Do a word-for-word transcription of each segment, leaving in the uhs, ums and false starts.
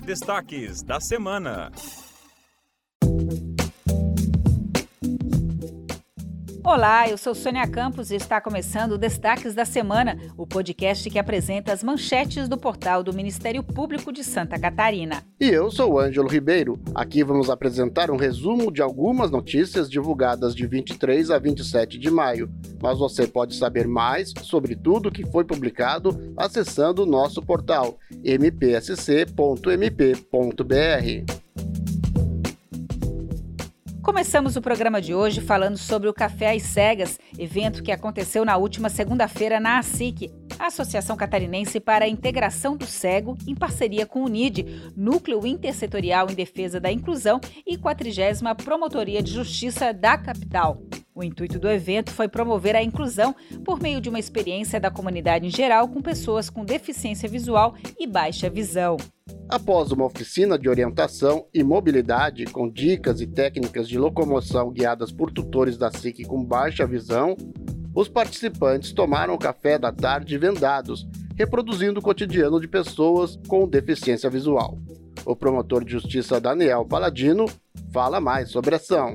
destaques da semana. Olá, eu sou Sônia Campos e está começando o Destaques da Semana, o podcast que apresenta as manchetes do portal do Ministério Público de Santa Catarina. E eu sou o Ângelo Ribeiro. Aqui vamos apresentar um resumo de algumas notícias divulgadas de vinte e três a vinte e sete de maio. Mas você pode saber mais sobre tudo que foi publicado acessando o nosso portal m p s c ponto m p ponto b r. Começamos o programa de hoje falando sobre o Café às Cegas, evento que aconteceu na última segunda-feira na A S I C, a Associação Catarinense para a Integração do Cego, em parceria com o N I D, Núcleo Intersetorial em Defesa da Inclusão e quadragésima Promotoria de Justiça da capital. O intuito do evento foi promover a inclusão por meio de uma experiência da comunidade em geral com pessoas com deficiência visual e baixa visão. Após uma oficina de orientação e mobilidade com dicas e técnicas de locomoção guiadas por tutores da S I C com baixa visão, os participantes tomaram o café da tarde vendados, reproduzindo o cotidiano de pessoas com deficiência visual. O promotor de justiça Daniel Paladino fala mais sobre a ação.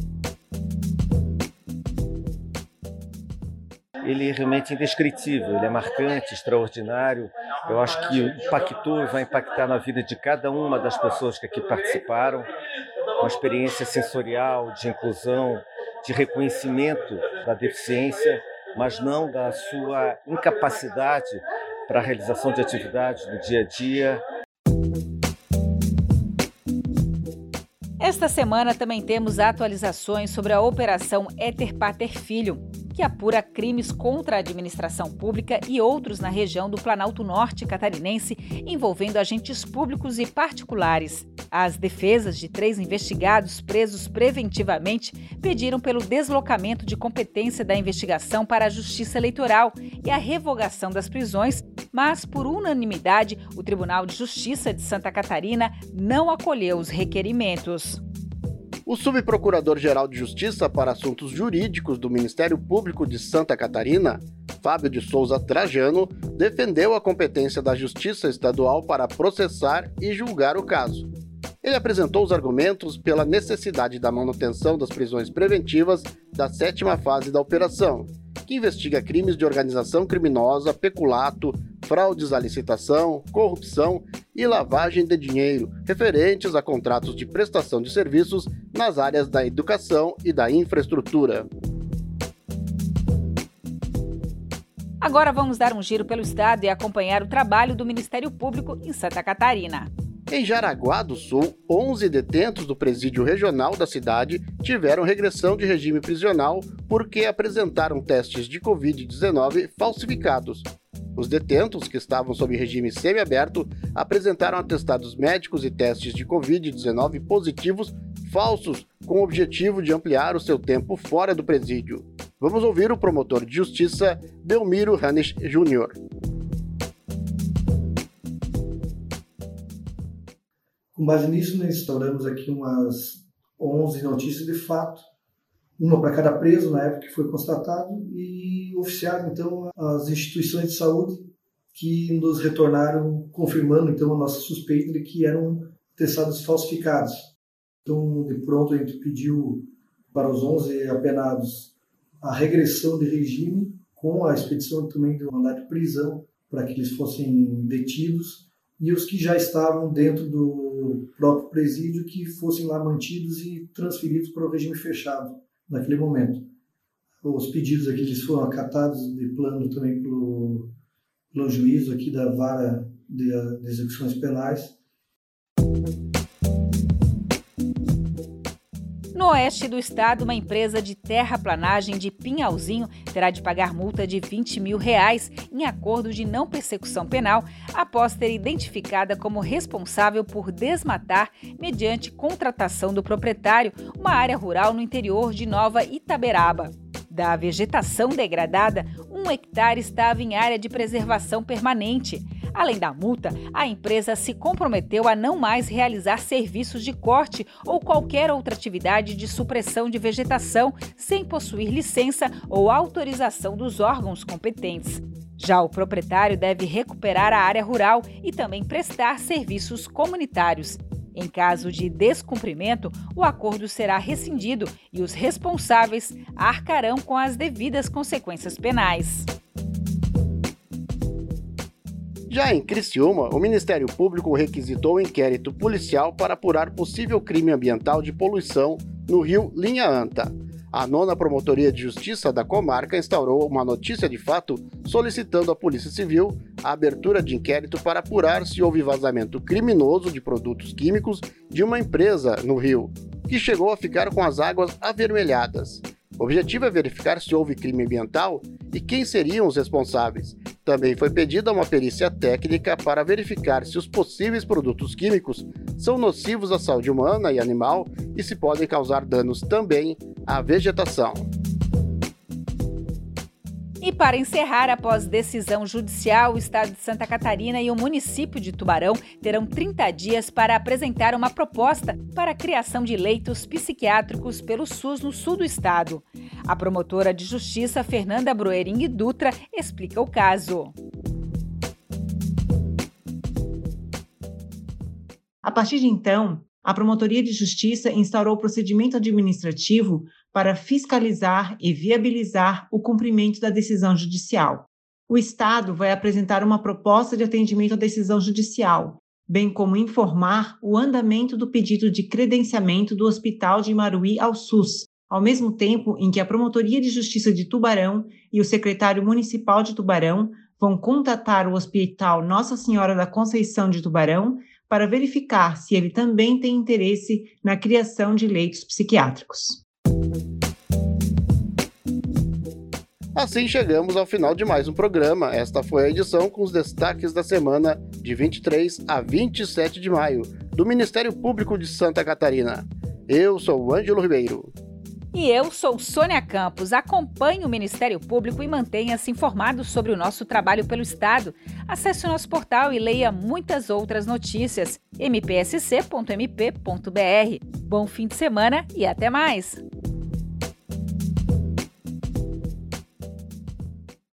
Ele é realmente indescritível, ele é marcante, extraordinário. Eu acho que impactou e vai impactar na vida de cada uma das pessoas que aqui participaram. Uma experiência sensorial, de inclusão, de reconhecimento da deficiência, mas não da sua incapacidade para a realização de atividades no dia a dia. Esta semana também temos atualizações sobre a Operação Éter Pater Filho, que apura crimes contra a administração pública e outros na região do Planalto Norte catarinense, envolvendo agentes públicos e particulares. As defesas de três investigados presos preventivamente pediram pelo deslocamento de competência da investigação para a Justiça Eleitoral e a revogação das prisões, mas, por unanimidade, o Tribunal de Justiça de Santa Catarina não acolheu os requerimentos. O subprocurador-geral de Justiça para Assuntos Jurídicos do Ministério Público de Santa Catarina, Fábio de Souza Trajano, defendeu a competência da Justiça Estadual para processar e julgar o caso. Ele apresentou os argumentos pela necessidade da manutenção das prisões preventivas da sétima fase da operação, que investiga crimes de organização criminosa, peculato, fraudes à licitação, corrupção e lavagem de dinheiro, referentes a contratos de prestação de serviços nas áreas da educação e da infraestrutura. Agora vamos dar um giro pelo estado e acompanhar o trabalho do Ministério Público em Santa Catarina. Em Jaraguá do Sul, onze detentos do presídio regional da cidade tiveram regressão de regime prisional porque apresentaram testes de covid dezenove falsificados. Os detentos, que estavam sob regime semiaberto, apresentaram atestados médicos e testes de covid dezenove positivos falsos, com o objetivo de ampliar o seu tempo fora do presídio. Vamos ouvir o promotor de justiça, Belmiro Hanisch Júnior Com base nisso, nós instauramos aqui umas onze notícias de fato, uma para cada preso na época que foi constatado, e oficiaram então as instituições de saúde que nos retornaram confirmando então a nossa suspeita de que eram testados falsificados. Então, de pronto, a gente pediu para os onze apenados a regressão de regime com a expedição também do mandado de prisão para que eles fossem detidos, e os que já estavam dentro do próprio presídio que fossem lá mantidos e transferidos para o regime fechado naquele momento. Os pedidos aqui eles foram acatados de plano também pelo, pelo juízo aqui da Vara de, de Execuções Penais. No oeste do estado, uma empresa de terraplanagem de Pinhalzinho terá de pagar multa de vinte mil reais em acordo de não persecução penal após ter identificada como responsável por desmatar, mediante contratação do proprietário, uma área rural no interior de Nova Itaberaba. Da vegetação degradada, um hectare estava em área de preservação permanente. Além da multa, a empresa se comprometeu a não mais realizar serviços de corte ou qualquer outra atividade de supressão de vegetação sem possuir licença ou autorização dos órgãos competentes. Já o proprietário deve recuperar a área rural e também prestar serviços comunitários. Em caso de descumprimento, o acordo será rescindido e os responsáveis arcarão com as devidas consequências penais. Já em Criciúma, o Ministério Público requisitou um inquérito policial para apurar possível crime ambiental de poluição no rio Linha Anta. A nona Promotoria de Justiça da comarca instaurou uma notícia de fato solicitando à Polícia Civil a abertura de inquérito para apurar se houve vazamento criminoso de produtos químicos de uma empresa no rio, que chegou a ficar com as águas avermelhadas. O objetivo é verificar se houve crime ambiental e quem seriam os responsáveis. Também foi pedida uma perícia técnica para verificar se os possíveis produtos químicos são nocivos à saúde humana e animal e se podem causar danos também à vegetação. E para encerrar, após decisão judicial, o estado de Santa Catarina e o município de Tubarão terão trinta dias para apresentar uma proposta para a criação de leitos psiquiátricos pelo SUS no sul do estado. A promotora de justiça, Fernanda Broering Dutra, explica o caso. A partir de então, a Promotoria de Justiça instaurou o procedimento administrativo para fiscalizar e viabilizar o cumprimento da decisão judicial. O Estado vai apresentar uma proposta de atendimento à decisão judicial, bem como informar o andamento do pedido de credenciamento do Hospital de Imaruí ao SUS, ao mesmo tempo em que a Promotoria de Justiça de Tubarão e o Secretário Municipal de Tubarão vão contatar o Hospital Nossa Senhora da Conceição de Tubarão para verificar se ele também tem interesse na criação de leitos psiquiátricos. Assim chegamos ao final de mais um programa. Esta foi a edição com os destaques da semana de vinte e três a vinte e sete de maio, do Ministério Público de Santa Catarina. Eu sou o Ângelo Ribeiro. E eu sou Sônia Campos. Acompanhe o Ministério Público e mantenha-se informado sobre o nosso trabalho pelo Estado. Acesse o nosso portal e leia muitas outras notícias. m p s c ponto m p ponto b r. Bom fim de semana e até mais!